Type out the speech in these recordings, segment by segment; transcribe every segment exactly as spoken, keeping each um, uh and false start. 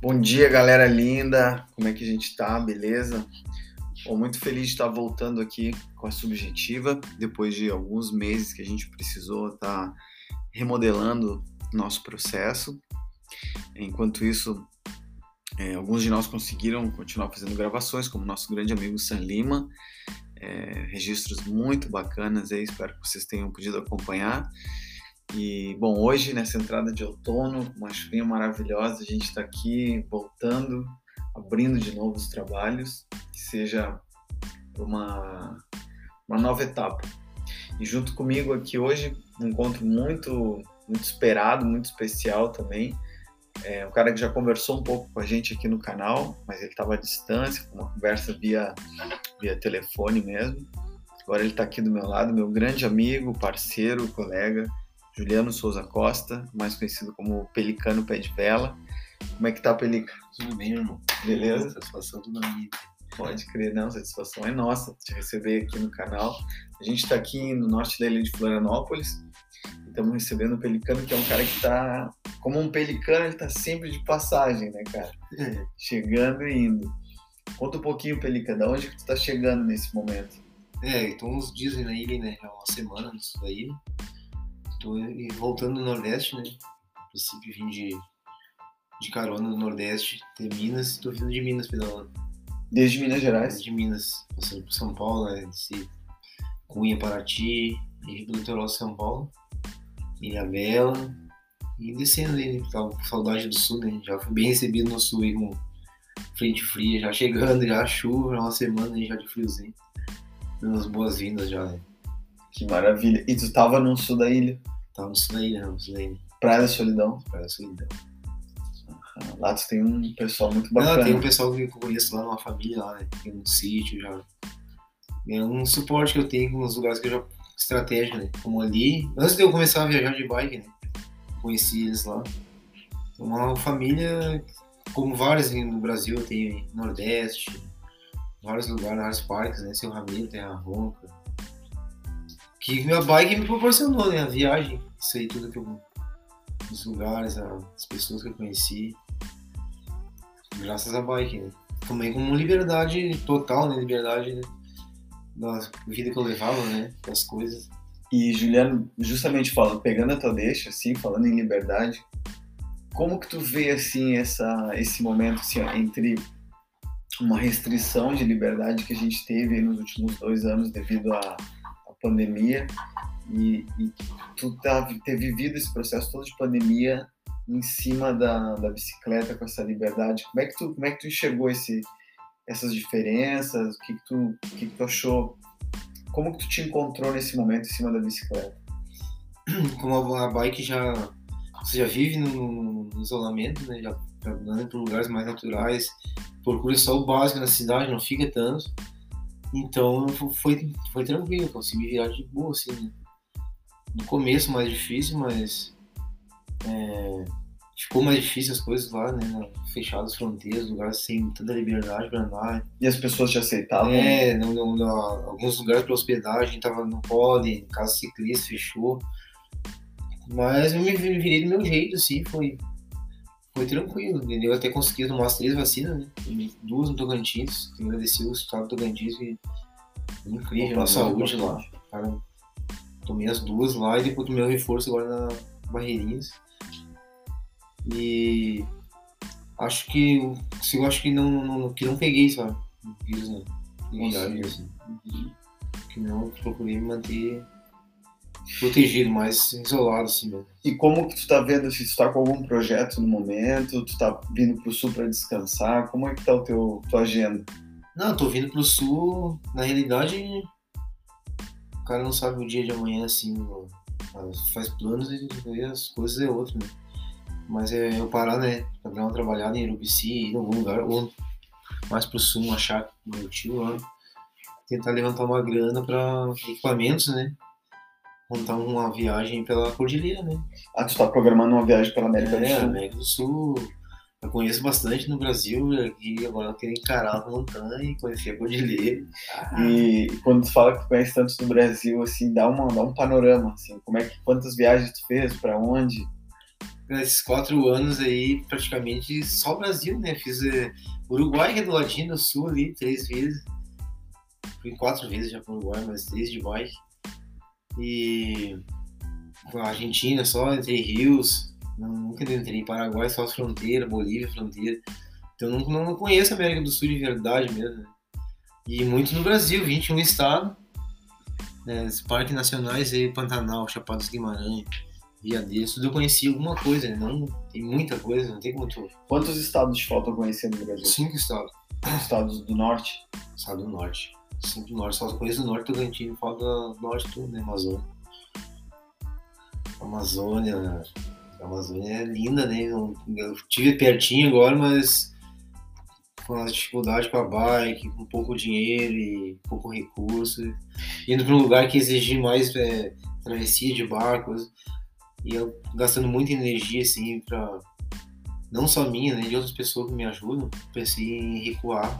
Bom dia, galera linda! Como é que a gente tá? Beleza? Bom, muito feliz de estar voltando aqui com a Subjetiva, depois de alguns meses que a gente precisou estar remodelando nosso processo. Enquanto isso, é, alguns de nós conseguiram continuar fazendo gravações, como nosso grande amigo Sam Lima, é, registros muito bacanas aí, espero que vocês tenham podido acompanhar. E, bom, hoje, nessa entrada de outono, uma chuvinha maravilhosa, a gente está aqui voltando, abrindo de novo os trabalhos, que seja uma, uma nova etapa. E junto comigo aqui hoje, um encontro muito, muito esperado, muito especial também. É um cara que já conversou um pouco com a gente aqui no canal, mas ele estava à distância, com uma conversa via, via telefone mesmo. Agora ele está aqui do meu lado, meu grande amigo, parceiro, colega, Juliano Souza Costa, mais conhecido como Pelicano Pé de Vela. Como é que tá, Pelica? Tudo bem, irmão? Beleza? Satisfação toda minha. Pode crer, não, a satisfação é nossa te receber aqui no canal. A gente está aqui no norte da ilha de Florianópolis e estamos recebendo o Pelicano, que é um cara que está, como um pelicano, ele está sempre de passagem, né, cara? É. Chegando e indo. Conta um pouquinho, Pelica, de onde que tu está chegando nesse momento? É, então uns dias aí na ilha, né? Já uma semana nisso daí. Tô voltando do Nordeste, né? A princípio vim de, de carona do Nordeste, até Minas, e tô vindo de Minas pedalando. Desde Minas Gerais? De Minas, passando por São Paulo, né? Desci Cunha, Paraty, e do litoral de São Paulo, Ilhabela, e descendo ali, né? Tava com saudade do Sul, né? Já fui bem recebido no Sul aí, com frente fria, já chegando, já chuva, já uma semana aí já de friozinho. Dando umas boas-vindas já, né? Que maravilha. E tu tava no sul da ilha? Tava no sul da ilha, no sul da ilha. Praia da Solidão? Praia da Solidão. Ah, lá tu tem um pessoal muito bacana. Não, tem um pessoal que eu conheço lá, numa família lá, né? Tem um sítio já. É um suporte que eu tenho com os lugares que eu já... Estratégia, né? Como ali... Antes de eu começar a viajar de bike, né? Conheci eles lá. Uma família, como várias no Brasil, eu tenho aí, Nordeste, vários lugares, vários parques, né? Seu Ramiro, Terra Ronca. Que minha bike me proporcionou, né? A viagem, isso aí tudo que eu... Os lugares, as pessoas que eu conheci. Graças à bike, né? Também com uma liberdade total, né? Liberdade, né? Da vida que eu levava, né? Das coisas. E, Juliano, justamente falando, pegando a tua deixa, assim, falando em liberdade, como que tu vê, assim, essa, esse momento, assim, ó, entre uma restrição de liberdade que a gente teve aí nos últimos dois anos devido à pandemia e, e tu tá, ter vivido esse processo todo de pandemia em cima da, da bicicleta com essa liberdade, como é que tu, como é que tu enxergou esse, essas diferenças, o que que tu, o que que tu achou, como que tu te encontrou nesse momento em cima da bicicleta? Como a bike já, você já vive no, no isolamento, né? Já andando por lugares mais naturais, procura só o básico na cidade, não fica tanto. Então foi, foi tranquilo, consegui virar de boa, assim, né? No começo mais difícil, mas é, ficou mais difícil as coisas lá, né? Fechadas as fronteiras, lugares sem tanta liberdade para andar. E as pessoas te aceitavam? É, não, não, não, alguns lugares para hospedagem tava, não pode, casa ciclista fechou. Mas eu me virei do meu jeito, assim, foi, foi tranquilo, entendeu? Eu até consegui tomar as três vacinas, né? Duas no Tocantins, agradeci o Estado do Tocantins, que incrível, a saúde lá. Cara, tomei as duas lá e depois tomei o reforço agora na Barreirinhas. E acho que eu acho que não, não, que não peguei, sabe? O vírus, né? Viagem, assim. Que não, procurei me manter protegido, mais isolado, assim mesmo. E como que tu tá vendo, se tu tá com algum projeto no momento, tu tá vindo pro sul para descansar, como é que tá o teu, tua agenda? Não, eu tô vindo pro sul, na realidade, o cara não sabe o dia de amanhã, assim, faz planos e as coisas é outro, né? Mas é eu parar, né, pra dar uma trabalhada em Urubici, ir em algum lugar, ou mais pro sul, uma chácara com meu tio lá, tentar levantar uma grana pra equipamentos, né? Montar uma viagem pela Cordilheira, né? Ah, tu tá programando uma viagem pela América é, do Sul? América do Sul. Eu conheço bastante no Brasil, e agora eu quero encarar a montanha e conhecer a Cordilheira. Ah. E quando tu fala que tu conhece tanto do Brasil, assim, dá, uma, dá um panorama, assim, como é que, quantas viagens tu fez, pra onde? nesses quatro anos aí, praticamente só o Brasil, né? Fiz é, Uruguai, que é do ladinho do sul ali, três vezes. Fui quatro vezes já pro Uruguai, mas três de bike. E a Argentina só, Entre Rios. Não, nunca entrei em Paraguai, só as fronteiras, Bolívia, fronteira. Então não, não conheço a América do Sul de verdade mesmo, né? E muito no Brasil, vinte e um estados, né? Os parques nacionais aí, Pantanal, Chapada dos Guimarães, Veadeiros, tudo eu conheci alguma coisa, né? Não, tem muita coisa, não tem como tu... Quantos estados te faltam conhecer no Brasil? Cinco estados. Estados do Norte? Estado do Norte. Cinco do Norte, só conheço o Norte do Tocantins, falta do Norte tudo, né? Amazônia. Amazônia... A Amazônia é linda, né? Eu tive pertinho agora, mas com as dificuldades com a bike, com pouco dinheiro e pouco recurso, indo para um lugar que exige mais é, travessia de barcos, e eu gastando muita energia, assim, para não só minha, né, de outras pessoas que me ajudam. Pensei em recuar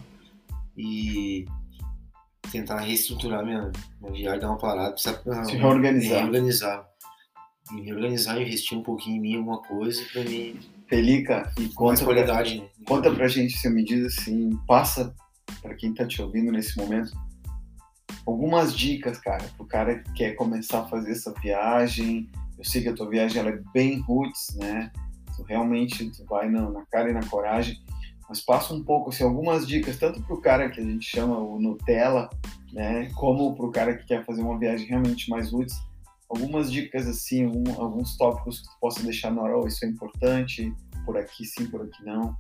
e tentar reestruturar minha, minha viagem, dar uma parada, precisar se reorganizar. reorganizar. E me organizar, investir um pouquinho em mim, alguma coisa, para mim. Pelica, e com mais conta qualidade, pra, né? Conta pra gente, se me diz assim, passa pra quem tá te ouvindo nesse momento, algumas dicas, cara, pro cara que quer começar a fazer essa viagem. Eu sei que a tua viagem ela é bem roots, né? Tu realmente tu vai na, na cara e na coragem, mas passa um pouco, assim, algumas dicas, tanto pro cara que a gente chama o Nutella, né, como pro cara que quer fazer uma viagem realmente mais roots. Algumas dicas, assim, um, alguns tópicos que tu possa deixar na hora, oh, isso é importante, por aqui sim, por aqui não.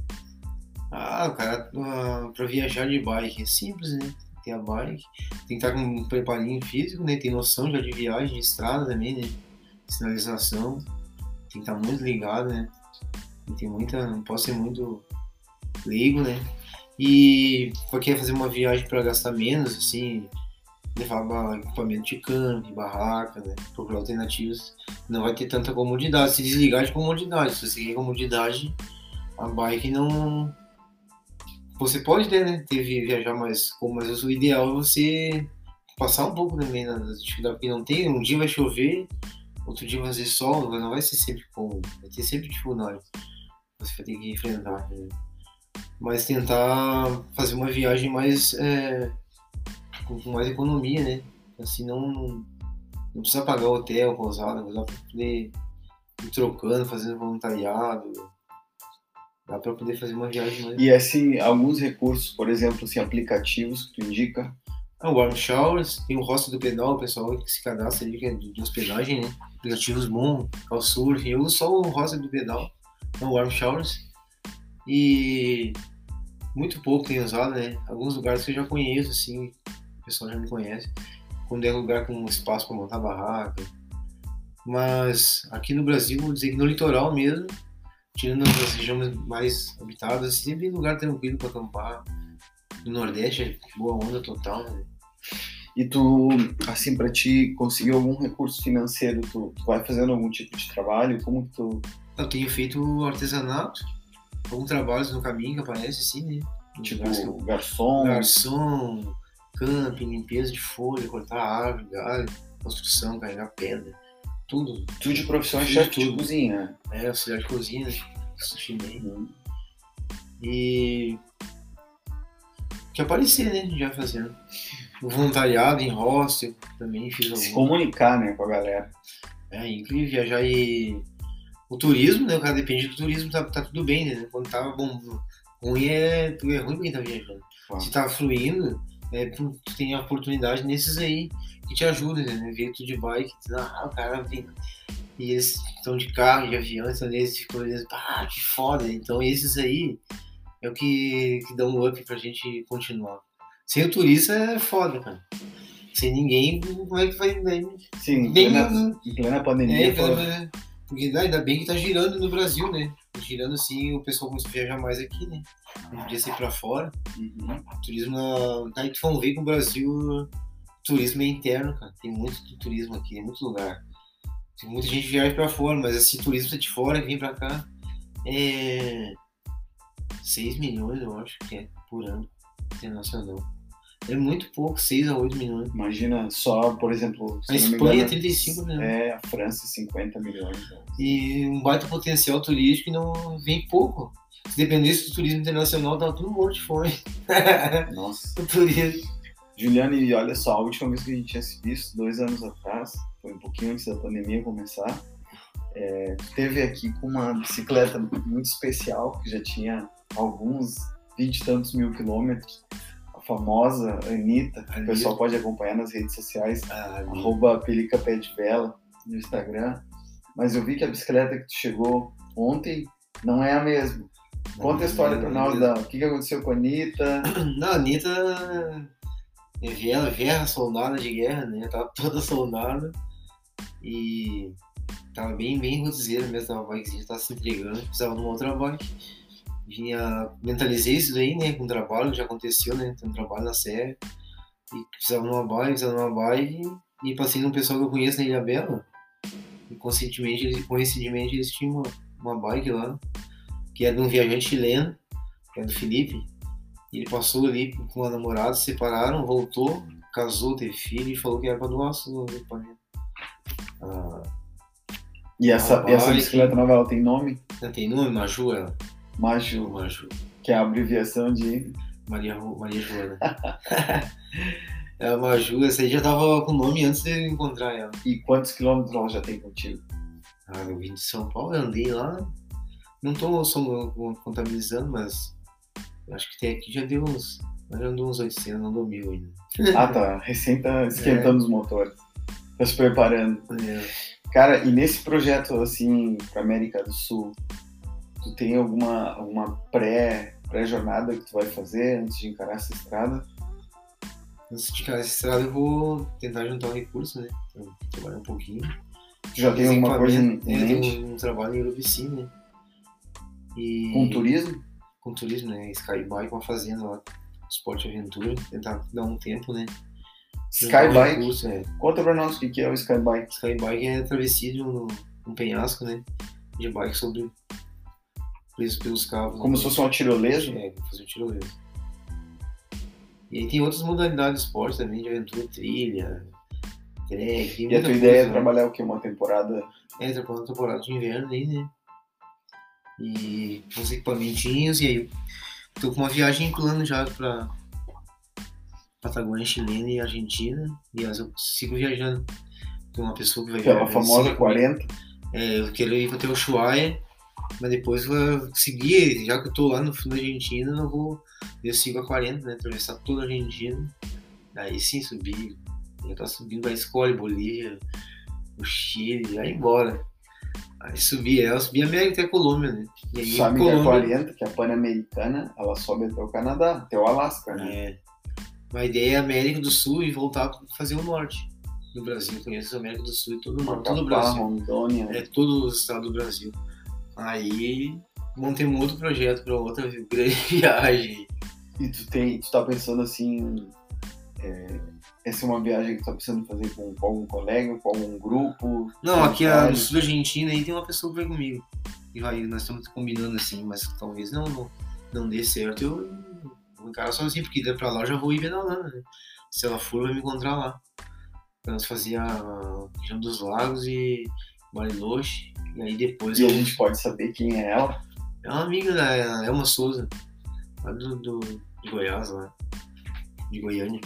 Ah, o cara, uh, pra viajar de bike é simples, né? Tem a bike, tem que estar com um preparinho físico, né? Tem noção já de viagem, de estrada também, né? Sinalização, tem que estar muito ligado, né? Tem muita, não pode ser muito leigo, né? E pra quem fazer uma viagem para gastar menos, assim, levar equipamento de camping, barraca, né? Procurar alternativas. Não vai ter tanta comodidade. Se desligar de comodidade. Se você quer comodidade, a bike não... Você pode ter, né? Ter, viajar mais... Mas o ideal é você passar um pouco também na dificuldade que não tem. Um dia vai chover, outro dia vai fazer sol. Não vai ser sempre cômodo. Vai ter sempre dificuldade. Você vai ter que enfrentar, né? Mas tentar fazer uma viagem mais... É... com mais economia, né? Assim, não, não precisa pagar hotel, pousada, dá pra poder ir trocando, fazendo voluntariado, dá pra poder fazer uma viagem mais... E assim, alguns recursos, por exemplo, assim, aplicativos que tu indica? Ah, o Warm Showers, tem o Hostel do Pedal, o pessoal que se cadastra ali, que é de hospedagem, né? Aplicativos bons, Couchsurfing, eu uso só o Hostel do Pedal, o Warm Showers, e muito pouco tem usado, né? Alguns lugares que eu já conheço, assim, o pessoal já me conhece, quando é lugar com espaço para montar barraca. Mas aqui no Brasil, vou dizer que no litoral mesmo, tirando as regiões mais habitadas, sempre lugar tranquilo para acampar. No Nordeste é boa onda total, né? E tu, assim, para ti conseguir algum recurso financeiro, tu, tu vai fazendo algum tipo de trabalho? Como que tu... Eu tenho feito artesanato, alguns trabalhos no caminho que aparece assim, né? Tipo, eu... garçom? Garçom, camping, limpeza de folha, cortar árvore, galho, construção, carregar pedra, tudo. Tu de profissão é chefe de cozinha? É, auxiliar de cozinha, sushi man. Uhum. E... que aparecer, né? Já fazendo. O voluntariado em hostel também fiz algum. Se comunicar, né, com a galera. É, inclusive viajar e... O turismo, né? O cara depende do turismo, tá, tá tudo bem, né? Quando tá bom, ruim é, é ruim pra quem tá viajando. Uau. Se tá fluindo, é, tu tem a oportunidade nesses aí que te ajudam, né? Ver tudo de bike, ah, o cara vem. E eles estão de carro, de avião, então eles ficam olhando, ah, que foda. Então esses aí é o que, que dá um up pra gente continuar. Sem o turista é foda, cara. Sem ninguém, como é que vai... Sim, em plena, em plena pandemia. É, plena, porque ainda bem que tá girando no Brasil, né? Girando assim, o pessoal começou a viajar mais aqui, né? Não podia ser pra fora. Uhum. Turismo na... Aí tu vão ver que o Brasil, turismo é interno, cara. Tem muito turismo aqui, tem muito lugar. Tem muita gente que viaja pra fora, mas assim, turismo de fora que vem pra cá é... seis milhões, eu acho que é, por ano, internacional. É muito pouco, seis a oito milhões. Imagina só, por exemplo, A Espanha é trinta e cinco milhões. É, a França cinquenta milhões. E um baita potencial turístico e não vem pouco. Se dependesse do turismo internacional, tava tudo morto de fome. Nossa. O turismo. Juliane, olha só, a última vez que a gente tinha se visto, dois anos atrás, foi um pouquinho antes da pandemia começar, é, teve aqui com uma bicicleta muito especial, que já tinha alguns vinte e tantos mil quilômetros, a famosa Anitta, que o pessoal pode acompanhar nas redes sociais, ah, arroba Pelica Pé de Vela no Instagram. Mas eu vi que a bicicleta que tu chegou ontem não é a mesma. Conta a história pra nós, da, o que, que aconteceu com a Anitta. Não, a Anitta é velha, velha soldada de guerra, né? Tava toda soldada e tava bem, bem rotizeira mesmo, tava bikezinha, tava se entregando, precisava de uma outra bike. Vinha, mentalizei isso daí, né, com o trabalho, já aconteceu, né, tem um trabalho na série, e precisava de uma bike, precisava de uma bike, e passei num pessoal que eu conheço na Ilha Bela, e coincidentemente eles, coincidentemente, eles tinham uma, uma bike lá, que era de um viajante chileno, que era do Felipe, e ele passou ali com a namorada, se separaram, voltou, casou, teve filho, e falou que era pra doar o equipamento. Ah, e essa, e essa bicicleta nova, ela tem nome? Não tem nome? Maju, ela? Maju, Maju, que é a abreviação de Maria, Maria Joana. É a Maju, essa aí já tava com nome antes de eu encontrar ela. E quantos quilômetros ela já tem contigo? Ah, eu vim de São Paulo, eu andei lá. Não tô só contabilizando, mas acho que tem aqui já deu uns. Já andou uns oitocentos, não deu mil ainda. Ah, tá. Recém tá esquentando é. os motores. Tá se preparando. É. Cara, e nesse projeto, assim, pra América do Sul, tu tem alguma, alguma pré, pré-jornada que tu vai fazer antes de encarar essa estrada? Antes de encarar essa estrada eu vou tentar juntar um recurso, né? Pra trabalhar um pouquinho. Tu já tem alguma coisa em mente? Eu tenho um trabalho em Urubici, né? E... Com turismo? Com turismo, né? Skybike, uma fazenda lá, esporte e aventura, tentar dar um tempo, né? Skybike? Um recurso, é. Conta pra nós o que é o Skybike. Skybike é travessia de um, um penhasco, né? De bike sobre... preso pelos cabos. Como né? se fosse uma tirolesa? É, como fazer um tirolesa. E aí tem outras modalidades de esporte também, de aventura, trilha, trek. E a tua ideia é trabalhar o quê? Uma temporada? É, trabalhar uma temporada de inverno aí, né? E com os equipamentinhos, e aí tô com uma viagem em plano já pra Patagônia chilena e Argentina, e eu sigo viajando com uma pessoa que vai viajar. Que é a famosa quarenta? É, eu quero ir pra Ushuaia, mas depois vou seguir, já que eu tô lá no fundo da Argentina, eu vou, eu sigo a quarenta, né, atravessar toda a Argentina, aí sim subir, já tá subindo pra Escólia, Bolívia, o Chile, aí embora. Aí subir ela, subir a América até a Colômbia, né? E aí, sabe Colômbia, que a quarenta, que é a Pan-Americana, ela sobe até o Canadá, até o Alasca, né? É. A ideia é a América do Sul e voltar a fazer o norte do Brasil. Conheço a América do Sul e todo o norte, todo o Brasil. Rondônia. É, todo o estado do Brasil. Aí montei um outro projeto para outra grande viagem. E tu, tem, tu tá pensando assim, é, essa é uma viagem que tu tá pensando fazer com, com algum colega, com algum grupo? Não, aqui a, no sul da Argentina aí tem uma pessoa que vai comigo. E vai, nós estamos combinando assim, mas talvez não, não, não dê certo. Eu vou encarar sozinho, porque daí pra lá eu já vou ir pedalando, né? Se ela for, vai me encontrar lá. Então, nós fazíamos a região dos Lagos e Bariloche. E aí depois... E eu... a gente pode saber quem é ela? É uma amiga da Elma Souza, lá do, do, de Goiás, lá. De Goiânia.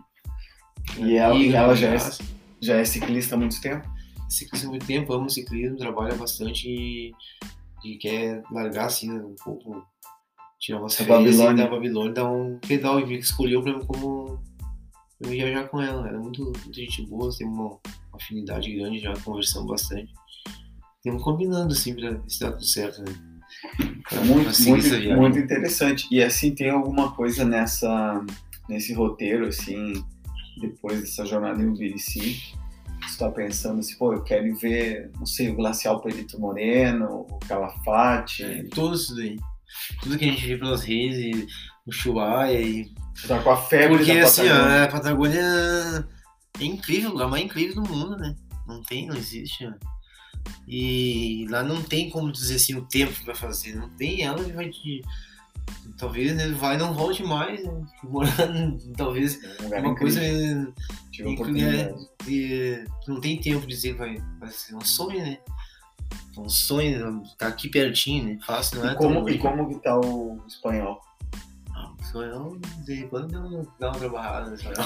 E ela, amiga, ela já, é, já é ciclista há muito tempo? Ciclista há muito tempo, ama ciclismo, trabalha bastante e, e quer largar assim um pouco, tirar umas férias e dar Babilônia, dar um pedal e escolheu pra mim como eu viajar com ela. Ela é muito, muito gente boa, tem uma, uma afinidade grande, já conversamos bastante. Estamos combinando assim pra ver se dá tudo certo, né? Pra, muito, pra muito, muito interessante. E assim, tem alguma coisa nessa, nesse roteiro, assim, depois dessa jornada em Urubici, você tá pensando assim, pô, eu quero ver, não sei, o Glacial Perito Moreno, o Calafate... É, tudo isso daí. Tudo que a gente vê pelas redes, e o Ushuaia e... Tá com a febre porque da assim, Patagônia. a Patagônia é incrível, o lugar mais incrível do mundo, né? Não tem, não existe, né? E lá não tem como dizer assim o tempo que vai fazer, não tem, ela vai te, Talvez, né, vai e não volte mais, né? Morando, talvez, Um lugar uma coisa incrível. Tive a é, oportunidade. de, não tem tempo de dizer que vai, vai ser um sonho, né? Um sonho, tá aqui pertinho, né? Fácil, não é E como, tão e como que tá o espanhol? Ah, o espanhol, de quando deu dá uma trabalhada no espanhol.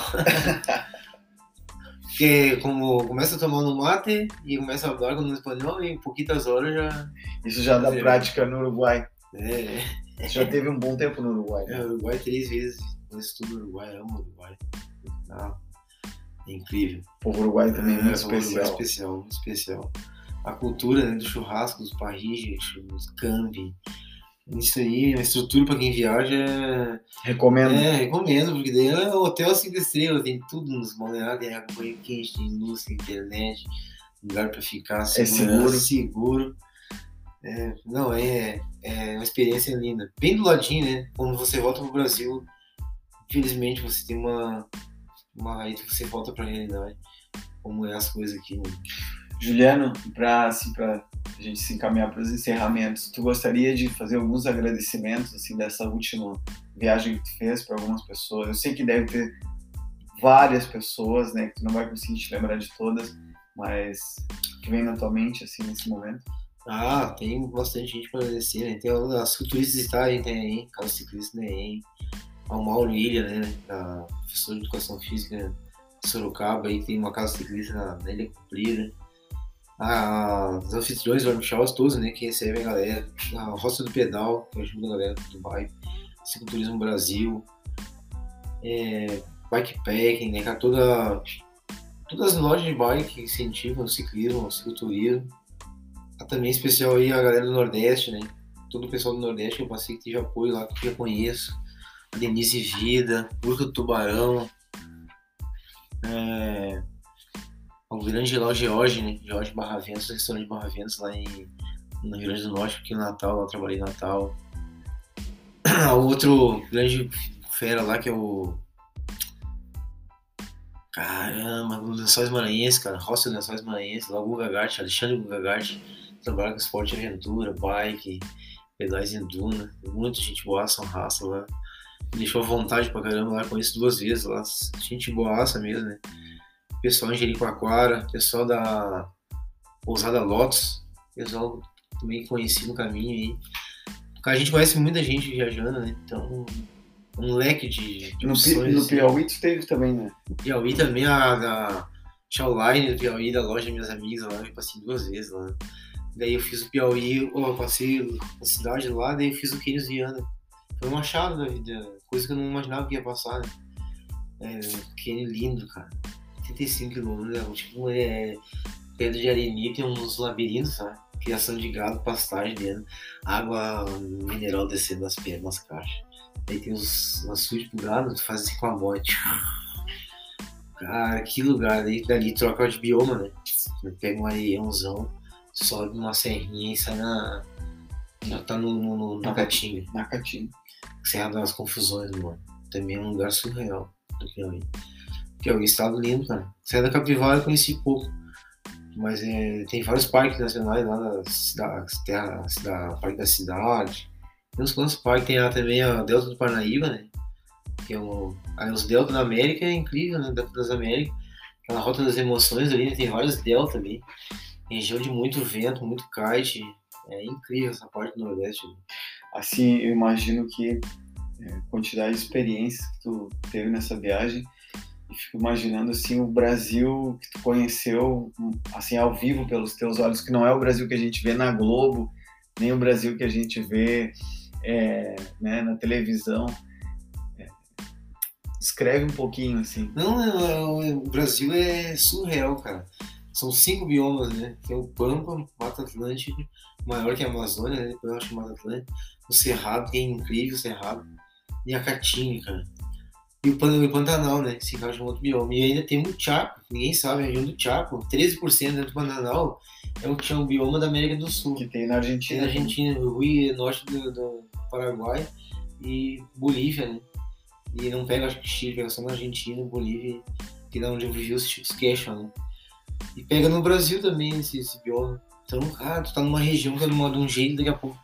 Porque como começa tomando mate e começa a hablar no espanhol e em pouquitas horas já... Isso já dá Fazer, prática no Uruguai. É, Você já teve um bom tempo no Uruguai, é né? Uruguai três vezes, conheço tudo Uruguai, amo Uruguai. Ah, é incrível. O povo uruguai também é muito Uruguai é especial. especial, muito especial. A cultura, né, do churrasco, dos parrillas, dos camping. Isso aí, uma estrutura para quem viaja. Recomendo. É, recomendo, porque daí é um hotel cinco estrelas, tem tudo nos balneários, tem água banho quente, tem luz, tem internet, lugar para ficar, É seguro. seguro. É, não, é, é uma experiência linda. Bem do ladinho, né? Quando você volta pro Brasil, infelizmente você tem uma, uma aí que você volta pra realidade, como é as coisas aqui, né? Juliano, para assim, pra gente se encaminhar para os encerramentos, tu gostaria de fazer alguns agradecimentos assim dessa última viagem que tu fez para algumas pessoas? Eu sei que deve ter várias pessoas, né, que tu não vai conseguir te lembrar de todas, mas que vem na tua mente assim nesse momento. Ah, tem bastante gente para agradecer, né? Tem as culturistas de estágio, tem aí, Carlos Ciclista, né? O Mauro Ilha, né? Da professor de Educação Física de Sorocaba, aí tem uma casa ciclista na, na Ilha Comprida. Ah, os anfitriões do workshops todos, né? Que recebem a galera. A Roça do Pedal, que ajuda a galera do bike. Cicloturismo Brasil. É, bikepacking, né? Que toda, todas as lojas de bike que incentivam o ciclismo, o cicloturismo. Também especial aí a galera do Nordeste, né? Todo o pessoal do Nordeste que eu passei que tive apoio lá, que eu já conheço. A Denise Vida, Urca do Tubarão, é... o grande lá, o George, né? George Barraventos, o restaurante Barraventos lá em... no Rio Grande do Norte, aqui no Natal, lá eu trabalhei no Natal. Outro grande fera lá que é o... Caramba, os Lençóis Maranhenses, cara. Roça dos Lençóis Maranhenses, lá o Guga Gart, Alexandre Guga Gart. Trabalha com esporte e aventura, bike, pedais em duna, muita gente boaça, um raça lá. Me deixou à vontade pra caramba lá, conheço duas vezes lá, gente boaça mesmo, né? Pessoal em Jericoacoara, pessoal da Pousada Lotus, pessoal também conheci no caminho aí. A gente conhece muita gente viajando, né? Então, um leque de, de no, opções. No Piauí tu teve também, né? Piauí também, a da Shawline do Piauí, da loja das minhas amigas lá, eu passei duas vezes lá. Daí eu fiz o Piauí, eu passei a cidade lá, daí eu fiz o Quênios Viana. Foi um achado da vida, coisa que eu não imaginava que ia passar, né? É, Quênio lindo, cara. trinta e cinco quilômetros, né? Tipo, é pedra de areia, tem uns labirintos, sabe? Criação de gado, pastagem dentro, água mineral descendo nas pedras, nas caixas. Daí tem uns açudes pro gado, tu faz assim com a bote. Cara, que lugar, daí dali troca de bioma, né? Pega um areiãozão, sobe uma serrinha e sai na. Já tá no, no, no, na Caatinga. Na Caatinga. Serra das Confusões, mano. Também é um lugar surreal do Piauí. Piauí é um estado lindo, cara. Serra da Capivara eu conheci pouco. Mas é, tem vários parques nacionais lá da cidade, terra, da Parque da Cidade. Tem uns quantos parques, tem lá também a Delta do Parnaíba, né? Que é o. Aí os Delta da América é incrível, né? Delta das Américas. Aquela Rota das Emoções ali, né? Tem vários Delta ali. Região de muito vento, muito kite. É incrível essa parte do Nordeste. Assim, eu imagino que é, quantidade de experiências que tu teve nessa viagem, e fico imaginando assim o Brasil que tu conheceu assim ao vivo pelos teus olhos, que não é o Brasil que a gente vê na Globo, nem o Brasil que a gente vê é, né, na televisão. É, descreve um pouquinho assim. Não, não, o Brasil é surreal, cara. São cinco biomas, né? Tem o Pampa, Mata Atlântica, maior que a Amazônia, né? Depois eu acho que Mata Atlântica. O Cerrado, que é incrível, o Cerrado. E a Caatinga, cara. E o Pantanal, né? Se encaixa um outro bioma. E ainda tem o Chaco, ninguém sabe, a região do Chaco. treze por cento do Pantanal é o que chama o bioma da América do Sul. Que tem na Argentina. Tem na Argentina, no Rio, norte do, do Paraguai e Bolívia, né? E não pega, acho que Chile, pega só na Argentina, Bolívia, que é onde eu vivi os chicos queixam, né? E pega no Brasil também esse, esse bioma. Então, ah, tu tá numa região que é de um jeito, daqui a pouco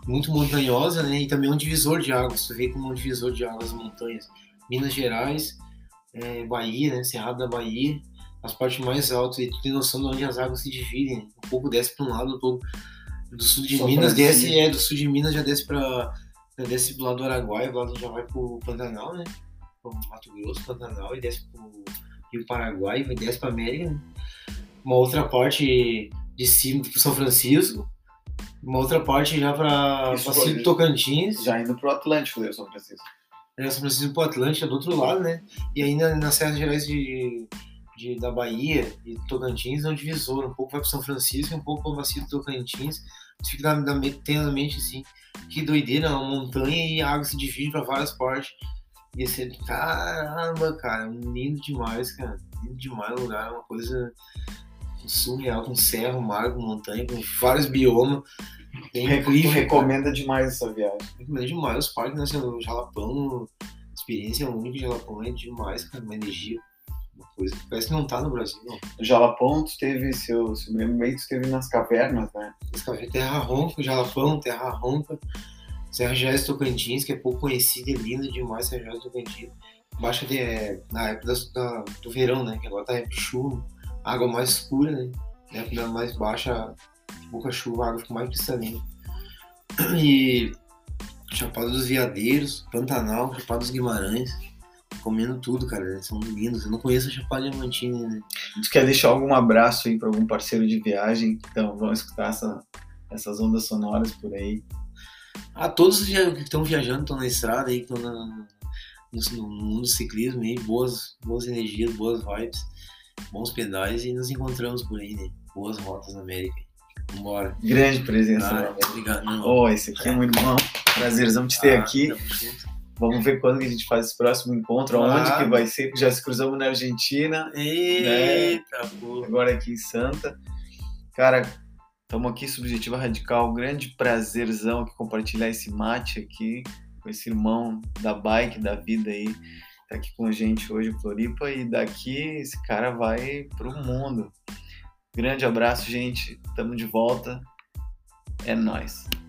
muito montanhosa, né? E também é um divisor de águas. Tu vê como um divisor de águas as montanhas. Minas Gerais, é, Bahia, né? Cerrado da Bahia, as partes mais altas. E tu tem noção de onde as águas se dividem. Né? Um pouco desce para um lado, um pouco do sul de São Minas Francisco. desce, é, do sul de Minas já desce para desce pro lado do Araguaia, o lado já vai pro Pantanal, né? Pro Mato Grosso, Pantanal, e desce pro Rio Paraguai, e desce pra América, né? Uma outra parte de cima pro São Francisco, uma outra parte já pra Isso Bacia foi- do Tocantins, Já indo pro Atlântico, né, São Francisco. é, São Francisco pro Atlântico, do outro lado, né? E ainda nas Serras Gerais de, de, da Bahia e do Tocantins é um divisor, um pouco vai pro São Francisco e um pouco pra Bacia do Tocantins. Você fica na, na, tem na mente assim, que doideira, uma montanha e a água se divide pra várias partes. E você, caramba, cara, lindo demais, cara. Lindo demais o lugar, é uma coisa surreal, com serra, mar, com montanha, com vários biomas. É Tu incrível. recomenda demais essa viagem. Recomendo demais os parques nacionais, o Jalapão, experiência única de Jalapão é demais, cara, uma energia, uma coisa que parece que não tá no Brasil, não. No Jalapão, tu teve, se eu, se eu me lembro bem, tu teve nas cavernas, né? Terra Ronca, Jalapão, Terra Ronca, Serra Gerais do Tocantins, que é pouco conhecida e linda demais, Serra Gerais do Tocantins. Baixa de, é, na época da, da, do verão, né? Que agora tá época de chuva, água mais escura, né? Na época mais baixa, pouca chuva, a água fica mais cristalina. E Chapada dos Veadeiros, Pantanal, Chapada dos Guimarães, comendo tudo, cara, né? São lindos. Eu não conheço a Chapada Diamantina, né? Tu quer deixar algum abraço aí para algum parceiro de viagem? Então, vamos escutar essa, essas ondas sonoras por aí. A todos que estão viajando, estão na estrada aí, estão na, no, no mundo do ciclismo aí, boas, boas energias, boas vibes, bons pedais e nos encontramos por aí, né? Boas rotas na América. Vambora. Grande presença. Ah, né? obrigado, meu irmão. Oh, esse aqui é um irmão. Prazerzão te ter Ah, aqui. tamo junto. Vamos ver quando que a gente faz esse próximo encontro, Claro. aonde que vai ser, porque já se cruzamos na Argentina, Eita, pô. agora aqui em Santa. Cara, estamos aqui, Subjetiva Radical, grande prazerzão aqui compartilhar esse mate aqui, com esse irmão da bike, da vida aí, tá aqui com a gente hoje, Floripa, e daqui esse cara vai pro mundo. Grande abraço, gente, tamo de volta, é nóis.